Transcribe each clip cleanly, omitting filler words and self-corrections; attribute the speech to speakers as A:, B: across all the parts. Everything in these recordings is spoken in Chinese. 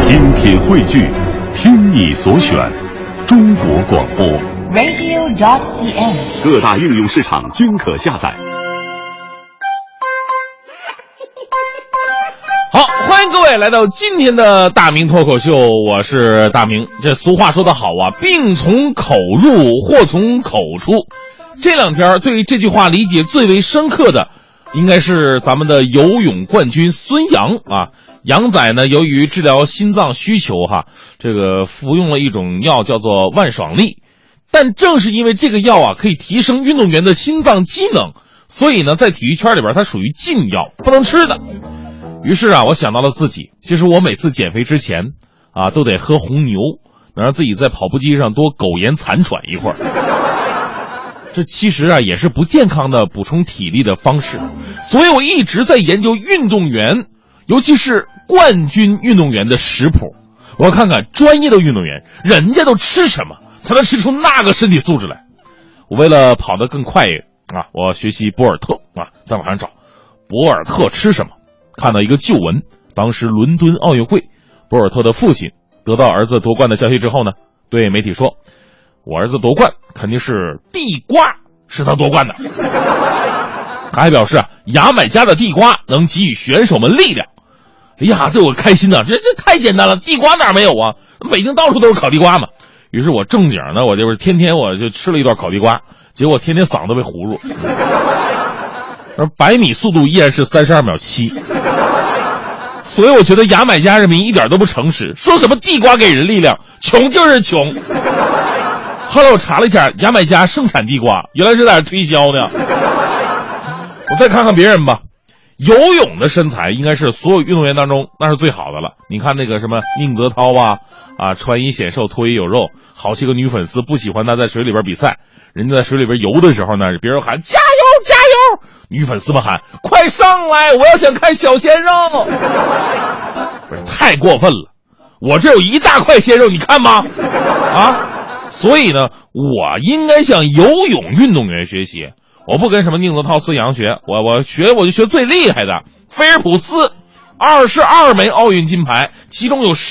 A: 精品汇聚，听你所选，中国广播
B: radio.cn，
A: 各大应用市场均可下载。
C: 好，欢迎各位来到今天的大明脱口秀，我是大明。这俗话说得好啊，病从口入，祸从口出。这两天对这句话理解最为深刻的，应该是咱们的游泳冠军孙杨啊。杨仔呢，由于治疗心脏需求这个服用了一种药叫做万爽利，但正是因为这个药啊可以提升运动员的心脏机能，所以呢在体育圈里边它属于禁药，不能吃的。于是啊我想到了自己，其实我每次减肥之前啊都得喝红牛，能让自己在跑步机上多苟延残喘一会儿。这其实啊也是不健康的补充体力的方式，所以我一直在研究运动员，尤其是冠军运动员的食谱。我要看看专业的运动员人家都吃什么才能吃出那个身体素质来。我为了跑得更快啊，我学习博尔特啊，在网上找博尔特吃什么，看到一个旧闻，当时伦敦奥运会，博尔特的父亲得到儿子夺冠的消息之后呢，对媒体说，我儿子夺冠肯定是地瓜是他夺冠的。他还表示啊，牙买加的地瓜能给予选手们力量。哎呀，这我开心呐，这太简单了，地瓜哪没有啊？北京到处都是烤地瓜嘛。于是我正经呢，我就是天天我就吃了一段烤地瓜，结果天天嗓子都被糊住。而100米速度依然是32秒7。所以我觉得牙买加人民一点都不诚实，说什么地瓜给人力量，穷就是穷。后来我查了一下，牙买加盛产地瓜，原来是在这推销呢。我再看看别人吧，游泳的身材应该是所有运动员当中那是最好的了。你看那个什么宁泽涛穿衣显瘦脱衣有肉，好些个女粉丝不喜欢他在水里边比赛，人家在水里边游的时候呢，别人喊加油加油，女粉丝们喊快上来，我要想看小鲜肉。不是太过分了，我这有一大块鲜肉你看吗？所以呢我应该向游泳运动员学习，我不跟什么宁泽涛孙杨学，我就学最厉害的菲尔普斯，22枚奥运金牌，其中有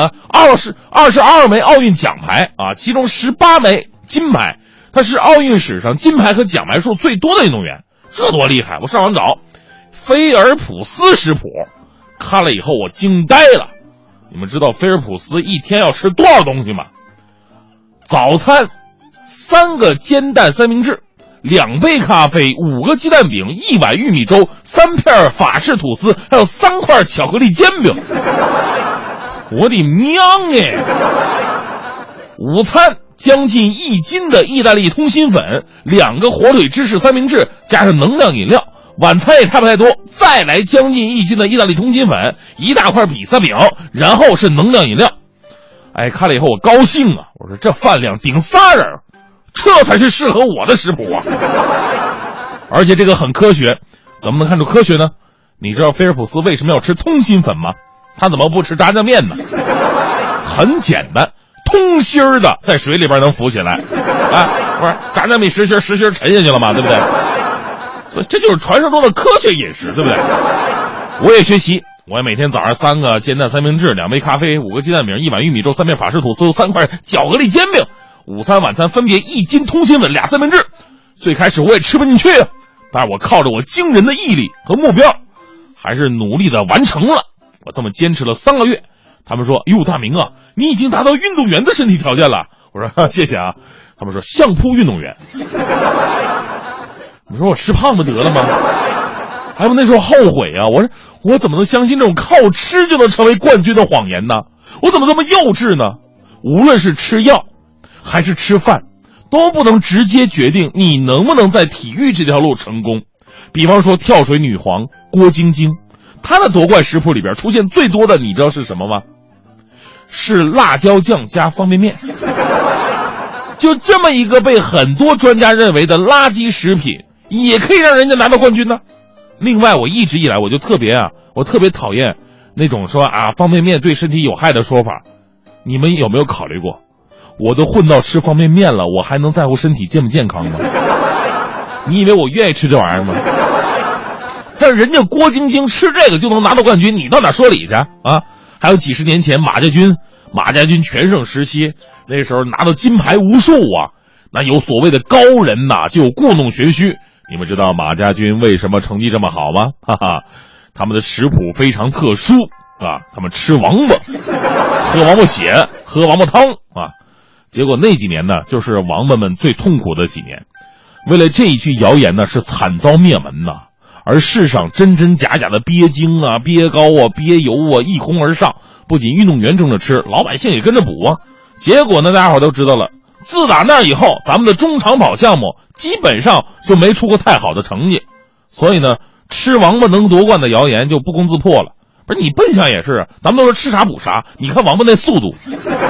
C: 22枚奥运奖牌啊，其中18枚金牌，他是奥运史上金牌和奖牌数最多的运动员，这多厉害！我上网找菲尔普斯食谱，看了以后我惊呆了。你们知道菲尔普斯一天要吃多少东西吗？早餐3个煎蛋三明治，2杯咖啡，5个鸡蛋饼，1碗玉米粥，3片法式吐司，还有3块巧克力煎饼。我的娘哎！午餐将近1斤的意大利通心粉，2个火腿芝士三明治，加上能量饮料。晚餐也差不太多，再来将近1斤的意大利通心粉，1大块比萨饼，然后是能量饮料。哎，看了以后我高兴啊！我说这饭量顶仨人，这才是适合我的食谱啊！而且这个很科学，怎么能看出科学呢？你知道菲尔普斯为什么要吃通心粉吗？他怎么不吃炸酱面呢？很简单，通心儿的在水里边能浮起来，不是炸酱面实心沉下去了嘛，对不对？所以这就是传说中的科学饮食，对不对？我也学习，我每天早上3个煎蛋三明治，2杯咖啡，5个鸡蛋饼，1碗玉米粥，3片法式吐司，3块巧克力煎饼。午餐晚餐分别1斤通心粉，2三明治。最开始我也吃不进去，但是我靠着我惊人的毅力和目标，还是努力的完成了。我这么坚持了3个月，他们说哟大明啊，你已经达到运动员的身体条件了。我说谢谢啊。他们说相扑运动员。你说我吃胖不得了吗？还有那时候后悔啊，我怎么能相信这种靠吃就能成为冠军的谎言呢？我怎么这么幼稚呢？无论是吃药还是吃饭，都不能直接决定你能不能在体育这条路成功。比方说跳水女皇郭晶晶，她的夺冠食谱里边出现最多的你知道是什么吗？是辣椒酱加方便面。就这么一个被很多专家认为的垃圾食品，也可以让人家拿到冠军呢。另外我一直以来我特别讨厌那种说方便面对身体有害的说法。你们有没有考虑过，我都混到吃方便面了，我还能在乎身体健不健康吗？你以为我愿意吃这玩意儿吗？但人家郭晶晶吃这个就能拿到冠军，你到哪说理去啊？ 还有几十年前马家军全盛时期，那时候拿到金牌无数啊。那有所谓的高人呐，就有故弄玄虚。你们知道马家军为什么成绩这么好吗？哈哈，他们的食谱非常特殊啊，他们吃王八，喝王八血，喝王八汤啊。结果那几年呢，就是王八们最痛苦的几年。为了这一句谣言呢，是惨遭灭门呐。而世上真真假假的鳖精啊、鳖膏啊、鳖油啊一哄而上，不仅运动员争着吃，老百姓也跟着补啊。结果呢，大家伙都知道了，自打那以后，咱们的中长跑项目基本上就没出过太好的成绩。所以呢，吃王八能夺冠的谣言就不攻自破了。不是你笨象也是，咱们都说吃啥补啥，你看王八那速度，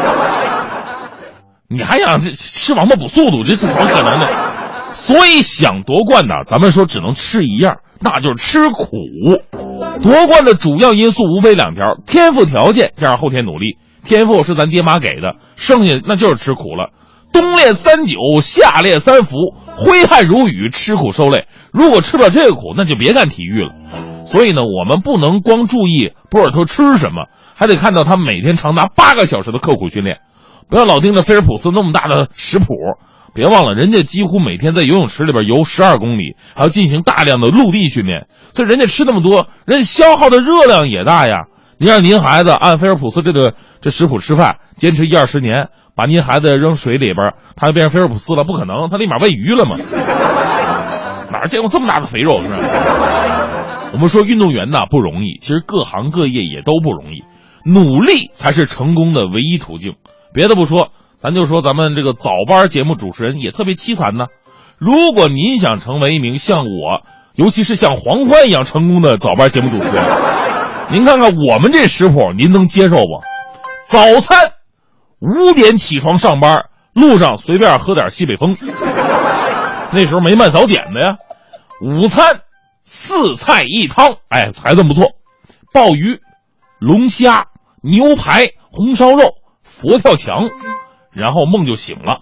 C: 你还想吃王八补速度，这是怎么可能的？所以想夺冠呢，咱们说只能吃一样，那就是吃苦。夺冠的主要因素无非两条：天赋条件加上后天努力。天赋是咱爹妈给的，剩下那就是吃苦了。冬练3九，夏练3伏，挥汗如雨，吃苦受累。如果吃不了这个苦，那就别干体育了。所以呢，我们不能光注意博尔特吃什么，还得看到他每天长达8个小时的刻苦训练。不要老盯着菲尔普斯那么大的食谱，别忘了人家几乎每天在游泳池里边游12公里，还要进行大量的陆地训练。所以人家吃那么多，人家消耗的热量也大呀。你让您孩子按菲尔普斯这食谱吃饭，坚持10-20年，把您孩子扔水里边，他就变成菲尔普斯了？不可能，他立马喂鱼了嘛。哪见过这么大的肥肉是吧？我们说运动员呢不容易，其实各行各业也都不容易，努力才是成功的唯一途径。别的不说，咱就说咱们这个早班节目主持人也特别凄惨呢。如果您想成为一名像我，尤其是像黄欢一样成功的早班节目主持人，您看看我们这食谱，您能接受不？早餐5点起床上班，路上随便喝点西北风，那时候没卖早点的呀。午餐4菜1汤，哎，还算不错。鲍鱼、龙虾、牛排、红烧肉、佛跳墙，然后梦就醒了。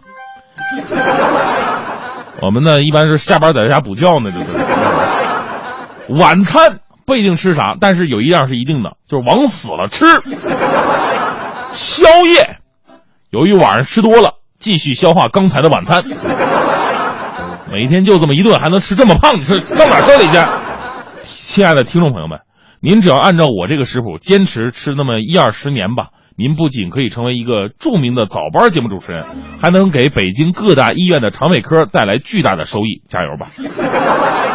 C: 我们呢一般是下班在家补觉呢，就是。晚餐不一定吃啥，但是有一样是一定的，就是往死了吃。宵夜，由于晚上吃多了，继续消化刚才的晚餐。每天就这么一顿，还能吃这么胖，你说到哪收里去？亲爱的听众朋友们，您只要按照我这个食谱坚持吃那么10-20年吧，您不仅可以成为一个著名的早班节目主持人，还能给北京各大医院的肠胃科带来巨大的收益。加油吧！